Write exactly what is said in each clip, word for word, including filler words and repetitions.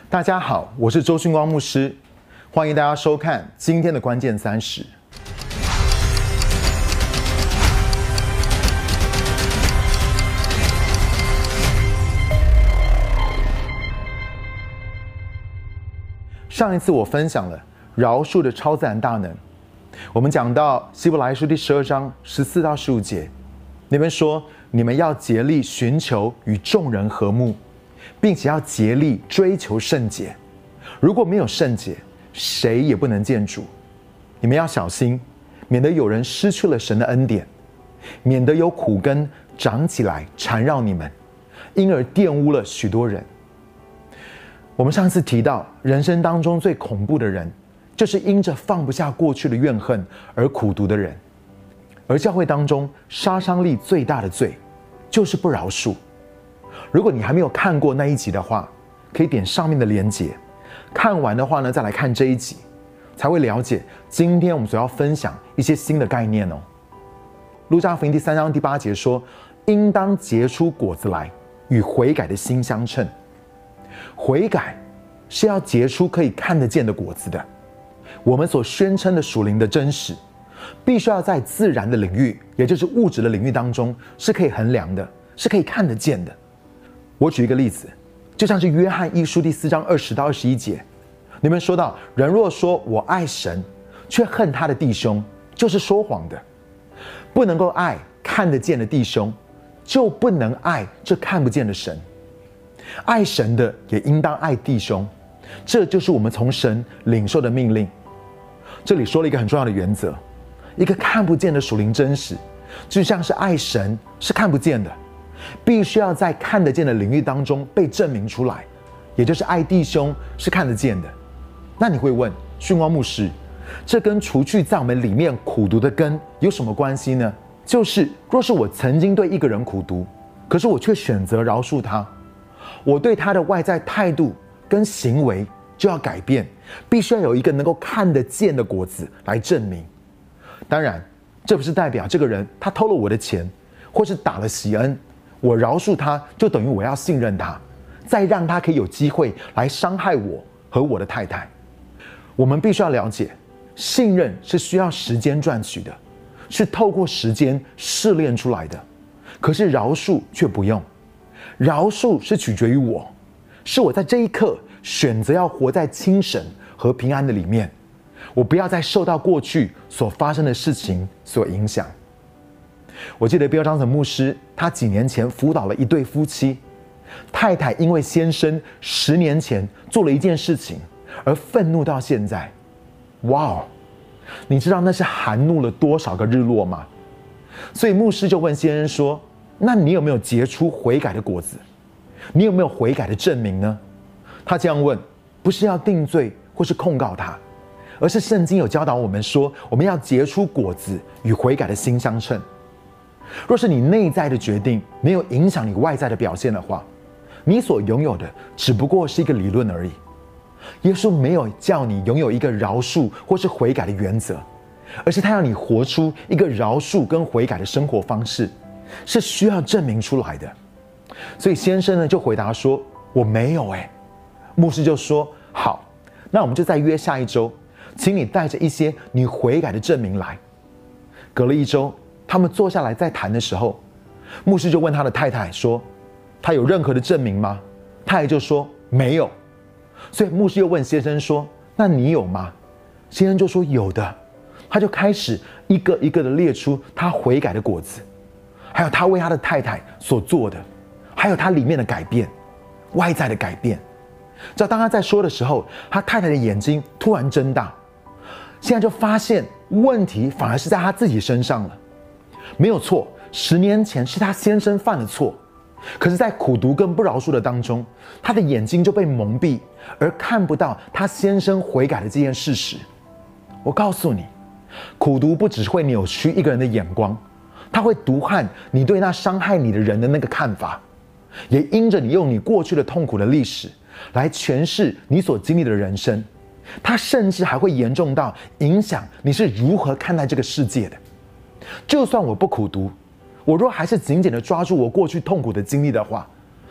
大家好，我是周训光牧师，欢迎大家收看今天的关键三十。上一次我分享了饶恕的超自然大能，我们讲到希伯来书第十二章十四到十五节，那边说你们要竭力寻求与众人和睦，并且要竭力追求圣洁。如果没有圣洁，谁也不能见主。你们要小心，免得有人失去了神的恩典，免得有苦根长起来缠绕你们，因而玷污了许多人。我们上次提到，人生当中最恐怖的人，就是因着放不下过去的怨恨而苦毒的人。而教会当中杀伤力最大的罪，就是不饶恕。如果你还没有看过那一集的话，可以点上面的连结，看完的话呢，再来看这一集，才会了解今天我们所要分享一些新的概念哦。路加福音第三章第八节说，应当结出果子来，与悔改的心相称。悔改是要结出可以看得见的果子的。我们所宣称的属灵的真实，必须要在自然的领域，也就是物质的领域当中，是可以衡量的，是可以看得见的。我举一个例子，就像是约翰一书第四章二十到二十一节，你们说到，人若说我爱神，却恨他的弟兄，就是说谎的。不能够爱看得见的弟兄，就不能爱这看不见的神。爱神的也应当爱弟兄，这就是我们从神领受的命令。这里说了一个很重要的原则，一个看不见的属灵真实，就像是爱神是看不见的，必须要在看得见的领域当中被证明出来，也就是爱弟兄是看得见的。那你会问，训光牧师，这跟除去在我们里面苦毒的根有什么关系呢？就是若是我曾经对一个人苦毒，可是我却选择饶恕他，我对他的外在态度跟行为就要改变，必须要有一个能够看得见的果子来证明。当然，这不是代表这个人他偷了我的钱，或是打了喜恩，我饶恕他就等于我要信任他，再让他可以有机会来伤害我和我的太太。我们必须要了解，信任是需要时间赚取的，是透过时间试炼出来的。可是饶恕却不用，饶恕是取决于我，是我在这一刻选择要活在清神和平安的里面，我不要再受到过去所发生的事情所影响。我记得标章成牧师，他几年前辅导了一对夫妻，太太因为先生十年前做了一件事情而愤怒到现在。哇哦，你知道那是含怒了多少个日落吗？所以牧师就问先生说，那你有没有结出悔改的果子？你有没有悔改的证明呢？他这样问，不是要定罪或是控告他，而是圣经有教导我们说，我们要结出果子，与悔改的心相称。若是你内在的决定没有影响你外在的表现的话，你所拥有的只不过是一个理论而已。耶稣没有叫你拥有一个饶恕或是悔改的原则，而是他要你活出一个饶恕跟悔改的生活方式，是需要证明出来的。所以先生呢就回答说，我没有哎。牧师就说，好，那我们就再约下一周，请你带着一些你悔改的证明来。隔了一周，他们坐下来再谈的时候，牧师就问他的太太说，他有任何的证明吗？太太就说没有。所以牧师又问先生说，那你有吗？先生就说有的。他就开始一个一个的列出他悔改的果子，还有他为他的太太所做的，还有他里面的改变，外在的改变。直到当他在说的时候，他太太的眼睛突然睁大，现在就发现问题反而是在他自己身上了。没有错，十年前是他先生犯了错，可是在苦毒跟不饶恕的当中，他的眼睛就被蒙蔽，而看不到他先生悔改的这件事实。我告诉你，苦毒不只会扭曲一个人的眼光，它会毒害你对那伤害你的人的那个看法，也因着你用你过去的痛苦的历史来诠释你所经历的人生，它甚至还会严重到影响你是如何看待这个世界的。就算我不苦毒，我若还是紧紧的抓住我过去痛苦的经历的话，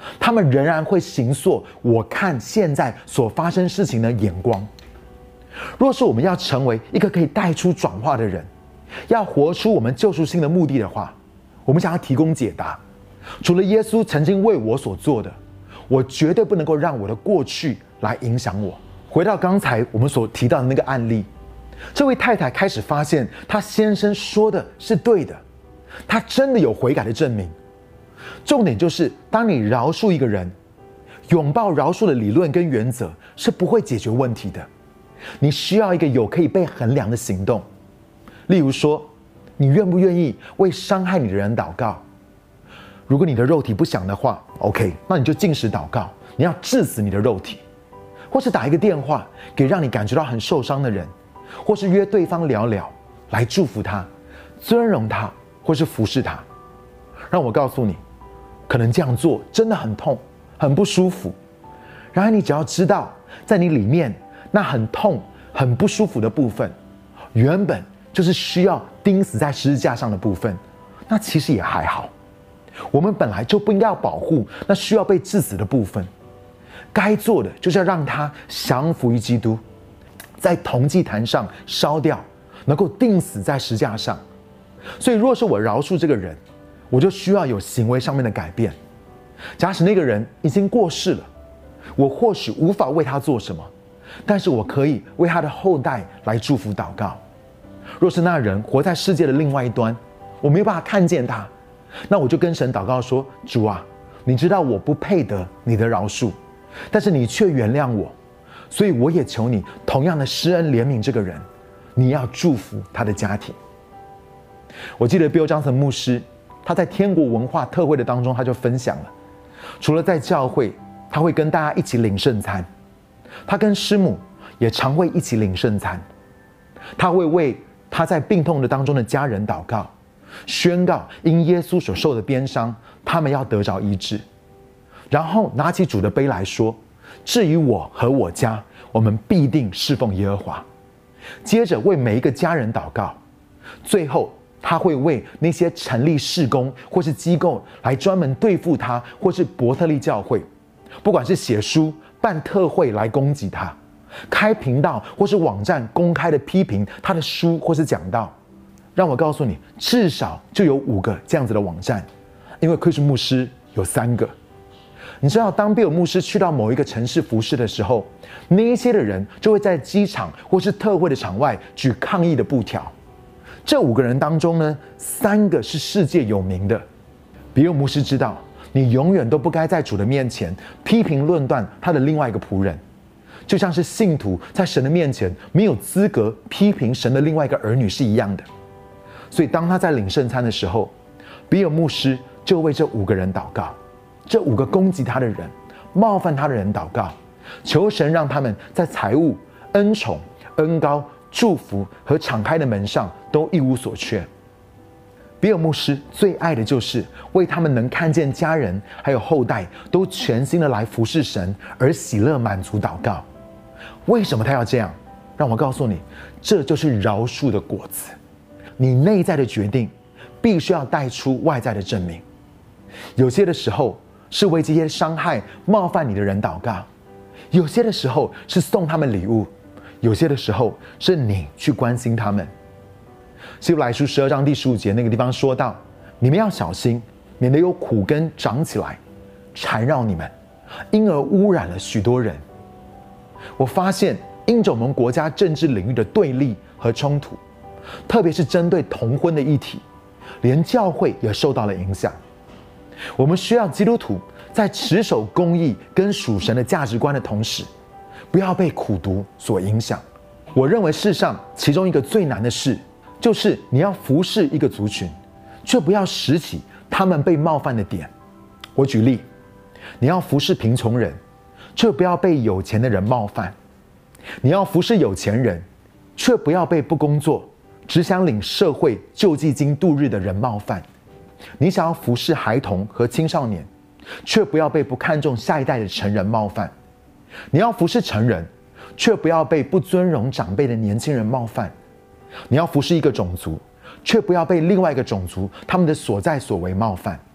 他们仍然会形塑我看现在所发生事情的眼光。若是我们要成为一个可以带出转化的人，要活出我们救赎性的目的的话，我们想要提供解答。除了耶稣曾经为我所做的，我绝对不能够让我的过去来影响我。回到刚才我们所提到的那个案例，这位太太开始发现她先生说的是对的，她真的有悔改的证明。重点就是，当你饶恕一个人，拥抱饶恕的理论跟原则是不会解决问题的。你需要一个有可以被衡量的行动。例如说，你愿不愿意为伤害你的人祷告？如果你的肉体不想的话 ，OK， 那你就禁食祷告，你要治死你的肉体。或是打一个电话给让你感觉到很受伤的人，或是约对方聊聊，来祝福他、尊荣他，或是服侍他。让我告诉你，可能这样做真的很痛、很不舒服。然而你只要知道，在你里面那很痛、很不舒服的部分，原本就是需要钉死在十字架上的部分，那其实也还好。我们本来就不应该要保护那需要被治死的部分。该做的就是要让他降服于基督，在铜祭坛上烧掉，能够钉死在石架上。所以若是我饶恕这个人，我就需要有行为上面的改变。假使那个人已经过世了，我或许无法为他做什么，但是我可以为他的后代来祝福祷告。若是那人活在世界的另外一端，我没有办法看见他，那我就跟神祷告说，主啊，你知道我不配得你的饶恕，但是你却原谅我，所以我也求你同样的施恩怜悯这个人，你要祝福他的家庭。我记得 Bill Johnson 牧师，他在天国文化特会的当中，他就分享了，除了在教会他会跟大家一起领圣餐，他跟师母也常会一起领圣餐。他会为他在病痛的当中的家人祷告，宣告因耶稣所受的鞭伤，他们要得着医治。然后拿起主的杯来说，至于我和我家，我们必定侍奉耶和华。接着为每一个家人祷告，最后他会为那些成立事工或是机构来专门对付他，或是伯特利教会，不管是写书、办特会来攻击他，开频道或是网站公开的批评他的书或是讲道。让我告诉你，至少就有五个这样子的网站，因为Chris牧师有三个。你知道，当比尔牧师去到某一个城市服事的时候，那一些的人就会在机场或是特会的场外举抗议的布条。这五个人当中呢，三个是世界有名的。比尔牧师知道，你永远都不该在主的面前批评论断他的另外一个仆人，就像是信徒在神的面前没有资格批评神的另外一个儿女是一样的。所以当他在领圣餐的时候，比尔牧师就为这五个人祷告，这五个攻击他的人、冒犯他的人祷告，求神让他们在财物、恩宠、恩膏、祝福和敞开的门上都一无所缺。比尔牧师最爱的就是为他们能看见家人还有后代都全心的来服侍神而喜乐满足祷告。为什么他要这样？让我告诉你，这就是饶恕的果子。你内在的决定必须要带出外在的证明。有些的时候是为这些伤害、冒犯你的人祷告，有些的时候是送他们礼物，有些的时候是你去关心他们。希伯来书十二章第十五节那个地方说到，你们要小心，免得有苦根长起来缠绕你们，因而污染了许多人。我发现因着我们国家政治领域的对立和冲突，特别是针对同婚的议题，连教会也受到了影响。我们需要基督徒在持守公义跟属神的价值观的同时，不要被苦毒所影响。我认为世上其中一个最难的事，就是你要服侍一个族群，却不要拾起他们被冒犯的点。我举例，你要服侍贫穷人，却不要被有钱的人冒犯；你要服侍有钱人，却不要被不工作只想领社会救济金度日的人冒犯。你想要服侍孩童和青少年，却不要被不看重下一代的成人冒犯。你要服侍成人，却不要被不尊荣长辈的年轻人冒犯。你要服侍一个种族，却不要被另外一个种族他们的所在所为冒犯。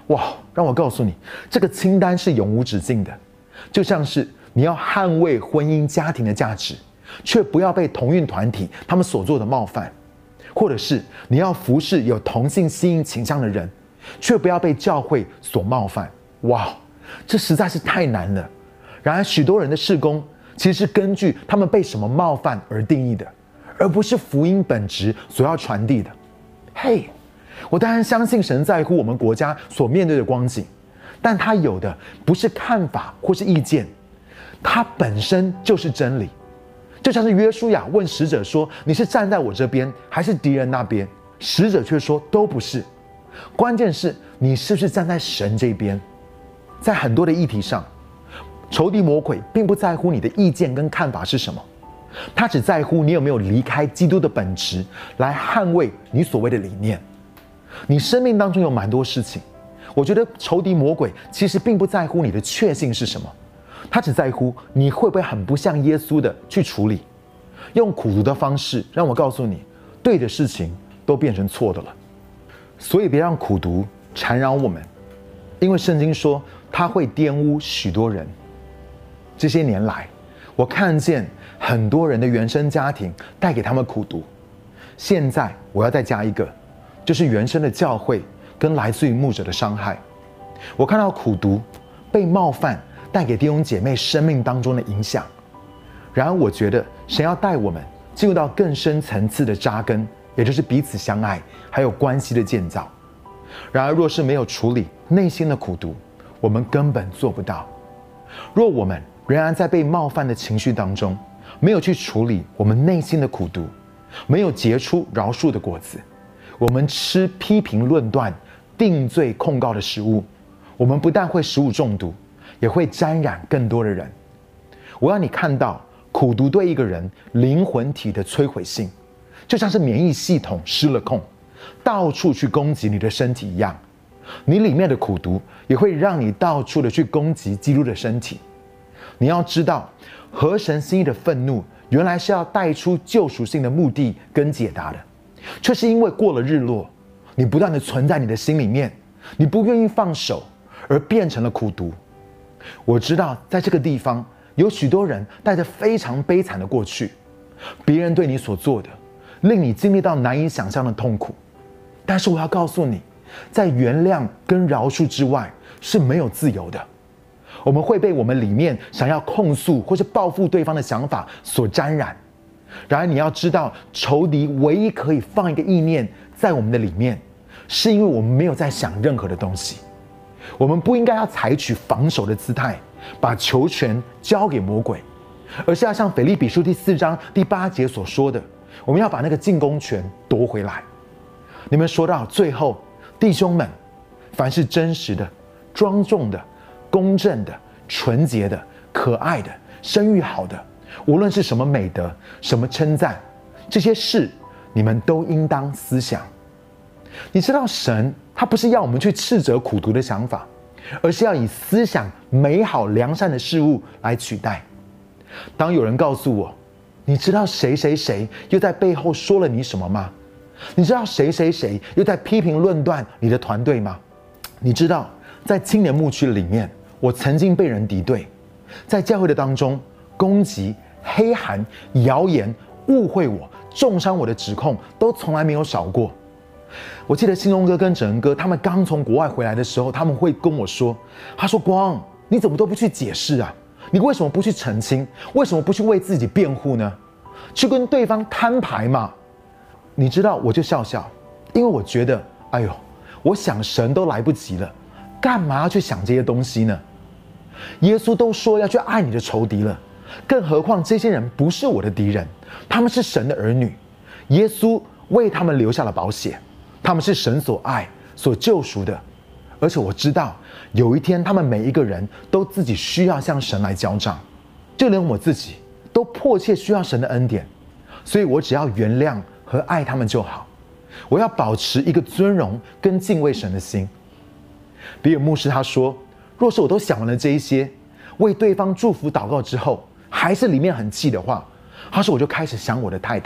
哇，让我告诉你，这个清单是永无止境的，就像是你要捍卫婚姻家庭的价值，却不要被同运团体他们所做的冒犯，或者是你要服侍有同性性倾向的人，却不要被教会所冒犯。哇，这实在是太难了。然而许多人的事工其实是根据他们被什么冒犯而定义的，而不是福音本质所要传递的。嘿，我当然相信神在乎我们国家所面对的光景，但他有的不是看法或是意见，他本身就是真理。就像是约书亚问使者说，你是站在我这边还是敌人那边？使者却说都不是，关键是你是不是站在神这边。在很多的议题上，仇敌魔鬼并不在乎你的意见跟看法是什么，他只在乎你有没有离开基督的本质来捍卫你所谓的理念。你生命当中有蛮多事情，我觉得仇敌魔鬼其实并不在乎你的确信是什么，他只在乎你会不会很不像耶稣的去处理，用苦毒的方式让我告诉你，对的事情都变成错的了。所以别让苦毒缠绕我们，因为圣经说它会玷污许多人。这些年来，我看见很多人的原生家庭带给他们苦毒。现在我要再加一个，就是原生的教会跟来自于牧者的伤害。我看到苦毒、被冒犯带给弟兄姐妹生命当中的影响。然而我觉得神要带我们进入到更深层次的扎根，也就是彼此相爱还有关系的建造。然而若是没有处理内心的苦毒，我们根本做不到。若我们仍然在被冒犯的情绪当中，没有去处理我们内心的苦毒，没有结出饶恕的果子，我们吃批评论断、定罪控告的食物，我们不但会食物中毒，也会沾染更多的人。我要你看到苦毒对一个人灵魂体的摧毁性，就像是免疫系统失了控，到处去攻击你的身体一样。你里面的苦毒也会让你到处的去攻击基督的身体。你要知道，合神心意的愤怒原来是要带出救赎性的目的跟解答的，却是因为过了日落，你不断的存在你的心里面，你不愿意放手，而变成了苦毒。我知道在这个地方有许多人带着非常悲惨的过去，别人对你所做的令你经历到难以想象的痛苦。但是我要告诉你，在原谅跟饶恕之外是没有自由的。我们会被我们里面想要控诉或是报复对方的想法所沾染。然而你要知道，仇敌唯一可以放一个意念在我们的里面，是因为我们没有在想任何的东西。我们不应该要采取防守的姿态，把球权交给魔鬼，而是要像腓立比书第四章第八节所说的，我们要把那个进攻权夺回来。你们说到最后，弟兄们，凡是真实的、庄重的、公正的、纯洁的、可爱的、声誉好的，无论是什么美德、什么称赞，这些事你们都应当思想。你知道神他不是要我们去斥责苦毒的想法，而是要以思想美好良善的事物来取代。当有人告诉我，你知道谁谁谁又在背后说了你什么吗？你知道谁谁谁又在批评论断你的团队吗？你知道在青年牧区里面，我曾经被人敌对，在教会的当中攻击、黑函、谣言、误会我、重伤我的指控都从来没有少过。我记得信荣哥跟整恩哥他们刚从国外回来的时候，他们会跟我说，他说光你怎么都不去解释啊？你为什么不去澄清？为什么不去为自己辩护呢？去跟对方摊牌嘛。你知道我就笑笑，因为我觉得哎呦，我想神都来不及了，干嘛要去想这些东西呢？耶稣都说要去爱你的仇敌了，更何况这些人不是我的敌人，他们是神的儿女，耶稣为他们留下了宝血，他们是神所爱所救赎的。而且我知道有一天他们每一个人都自己需要向神来交账，就连我自己都迫切需要神的恩典，所以我只要原谅和爱他们就好。我要保持一个尊荣跟敬畏神的心。比尔牧师他说，若是我都想完了这一些，为对方祝福祷告之后，还是里面很气的话，他说我就开始想我的太太，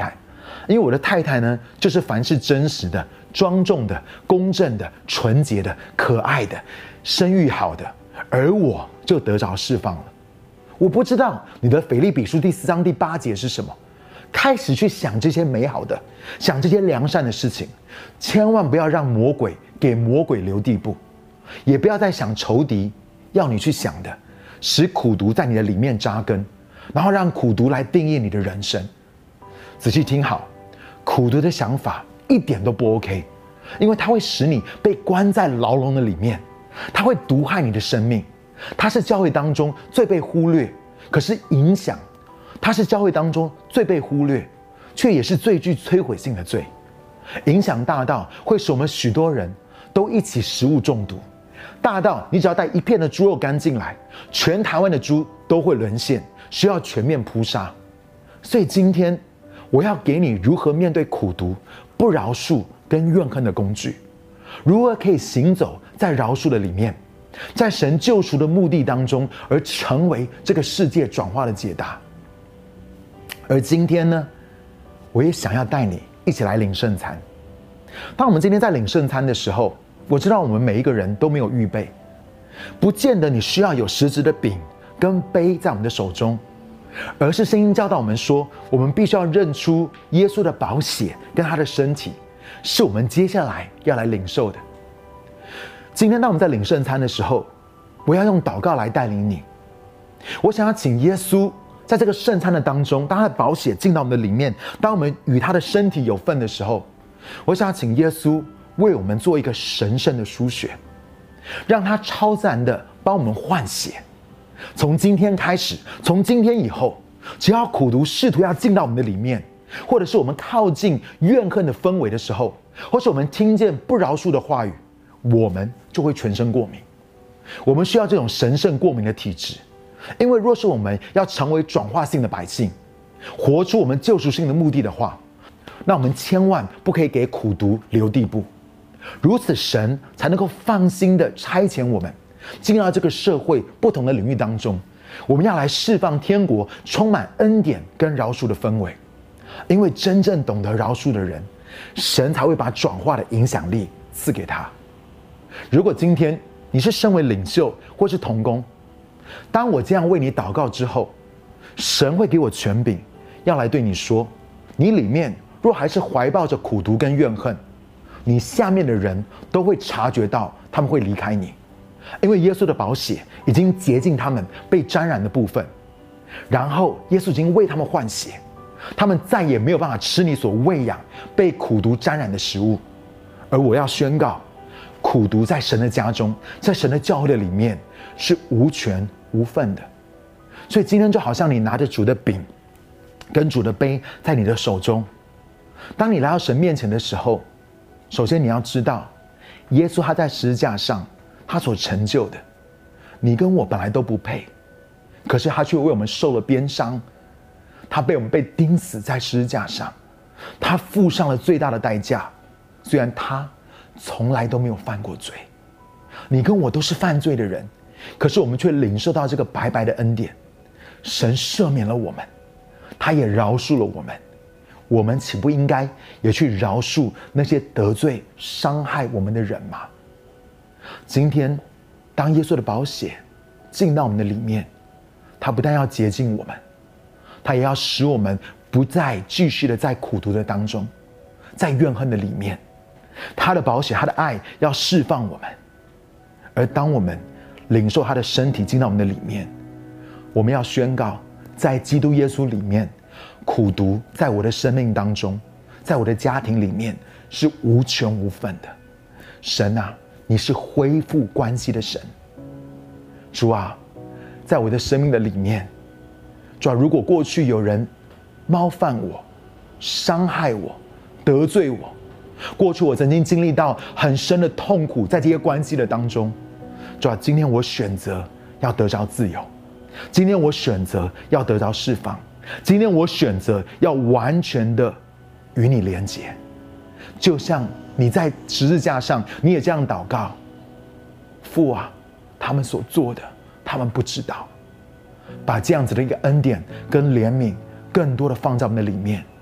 因为我的太太呢，就是凡是真实的、庄重的、公正的、纯洁的、可爱的、声誉好的，而我就得着释放了。我不知道你的腓立比书第四章第八节是什么，开始去想这些美好的，想这些良善的事情，千万不要让魔鬼给魔鬼留地步，也不要再想仇敌要你去想的，使苦毒在你的里面扎根，然后让苦毒来定义你的人生。仔细听好，苦毒的想法一点都不 OK， 因为它会使你被关在牢笼的里面，它会毒害你的生命。它是教会当中最被忽略，可是影响，它是教会当中最被忽略，却也是最具摧毁性的罪。影响大到会使我们许多人都一起食物中毒，大到你只要带一片的猪肉干进来，全台湾的猪都会沦陷，需要全面扑杀。所以今天我要给你如何面对苦毒、不饶恕跟怨恨的工具，如何可以行走在饶恕的里面，在神救赎的目的当中，而成为这个世界转化的解答。而今天呢，我也想要带你一起来领圣餐。当我们今天在领圣餐的时候，我知道我们每一个人都没有预备，不见得你需要有实质的饼跟杯在我们的手中，而是圣经教导我们说，我们必须要认出耶稣的宝血跟他的身体，是我们接下来要来领受的。今天当我们在领圣餐的时候，我要用祷告来带领你。我想要请耶稣在这个圣餐的当中，当他的宝血进到我们的里面，当我们与他的身体有份的时候，我想要请耶稣为我们做一个神圣的书血，让他超自然的帮我们换血。从今天开始，从今天以后，只要苦毒试图要进到我们的里面，或者是我们靠近怨恨的氛围的时候，或是我们听见不饶恕的话语，我们就会全身过敏。我们需要这种神圣过敏的体质，因为若是我们要成为转化性的百姓，活出我们救赎性的目的的话，那我们千万不可以给苦毒留地步。如此，神才能够放心的差遣我们进到这个社会不同的领域当中。我们要来释放天国充满恩典跟饶恕的氛围，因为真正懂得饶恕的人，神才会把转化的影响力赐给他。如果今天你是身为领袖或是同工，当我这样为你祷告之后，神会给我权柄，要来对你说，你里面若还是怀抱着苦毒跟怨恨，你下面的人都会察觉到，他们会离开你，因为耶稣的宝血已经洁净他们被沾染的部分，然后耶稣已经为他们换血，他们再也没有办法吃你所喂养被苦毒沾染的食物。而我要宣告，苦毒在神的家中，在神的教会的里面是无权无份的。所以今天就好像你拿着主的饼跟主的杯在你的手中，当你来到神面前的时候，首先你要知道，耶稣他在十字架上他所成就的，你跟我本来都不配，可是他却为我们受了鞭伤，他被我们被钉死在十字架上，他付上了最大的代价。虽然他从来都没有犯过罪，你跟我都是犯罪的人，可是我们却领受到这个白白的恩典，神赦免了我们，他也饶恕了我们，我们岂不应该也去饶恕那些得罪伤害我们的人吗？今天当耶稣的宝血进到我们的里面，他不但要洁净我们，他也要使我们不再继续的在苦毒的当中，在怨恨的里面，他的宝血，他的爱要释放我们。而当我们领受他的身体进到我们的里面，我们要宣告，在基督耶稣里面，苦毒在我的生命当中，在我的家庭里面是无权无分的。神啊，你是恢复关系的神。主啊，在我的生命的里面，主啊，如果过去有人冒犯我、伤害我、得罪我，过去我曾经经历到很深的痛苦，在这些关系的当中，主啊，今天我选择要得着自由，今天我选择要得着释放，今天我选择要完全的与你连结。就像你在十字架上，你也这样祷告，父啊，他们所做的，他们不知道。把这样子的一个恩典跟怜悯更多的放在我们的里面，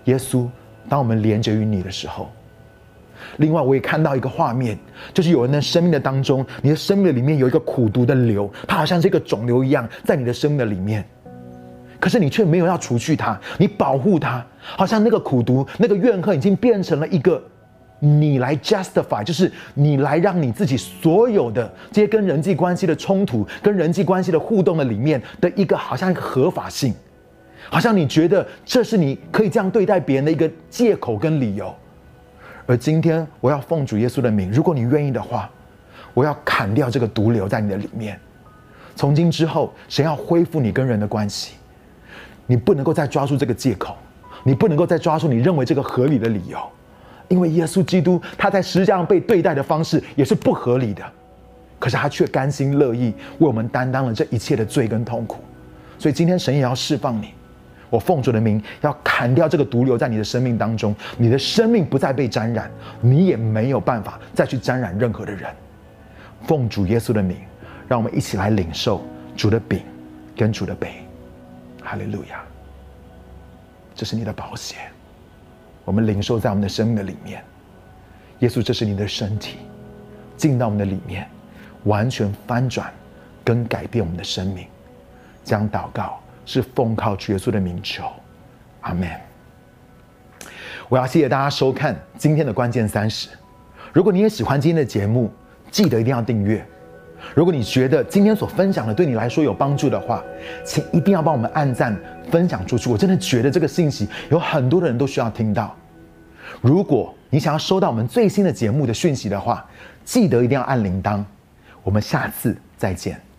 耶稣，当我们连接于你的时候。另外我也看到一个画面，就是有人的生命的当中，你的生命的里面有一个苦毒的瘤，它好像是一个肿瘤一样在你的生命的里面，可是你却没有要除去它，你保护它，好像那个苦毒那个怨恨已经变成了一个你来 justify， 就是你来让你自己所有的这些跟人际关系的冲突跟人际关系的互动的里面的一个好像一个合法性，好像你觉得这是你可以这样对待别人的一个借口跟理由。而今天我要奉主耶稣的名，如果你愿意的话，我要砍掉这个毒瘤在你的里面。从今之后，神要恢复你跟人的关系，你不能够再抓住这个借口，你不能够再抓住你认为这个合理的理由，因为耶稣基督他在十字架上被对待的方式也是不合理的，可是他却甘心乐意为我们担当了这一切的罪跟痛苦。所以今天神也要释放你，我奉主的名要砍掉这个毒瘤在你的生命当中，你的生命不再被沾染，你也没有办法再去沾染任何的人。奉主耶稣的名，让我们一起来领受主的饼跟主的杯。哈利路亚！这是你的宝血，我们领受在我们的生命的里面。耶稣，这是你的身体，进到我们的里面，完全翻转跟改变我们的生命。这样祷告是奉靠主耶稣的名求，阿们。我要谢谢大家收看今天的关键三十。如果你也喜欢今天的节目，记得一定要订阅。如果你觉得今天所分享的对你来说有帮助的话，请一定要帮我们按赞分享出去。我真的觉得这个信息有很多的人都需要听到。如果你想要收到我们最新的节目的讯息的话，记得一定要按铃铛。我们下次再见。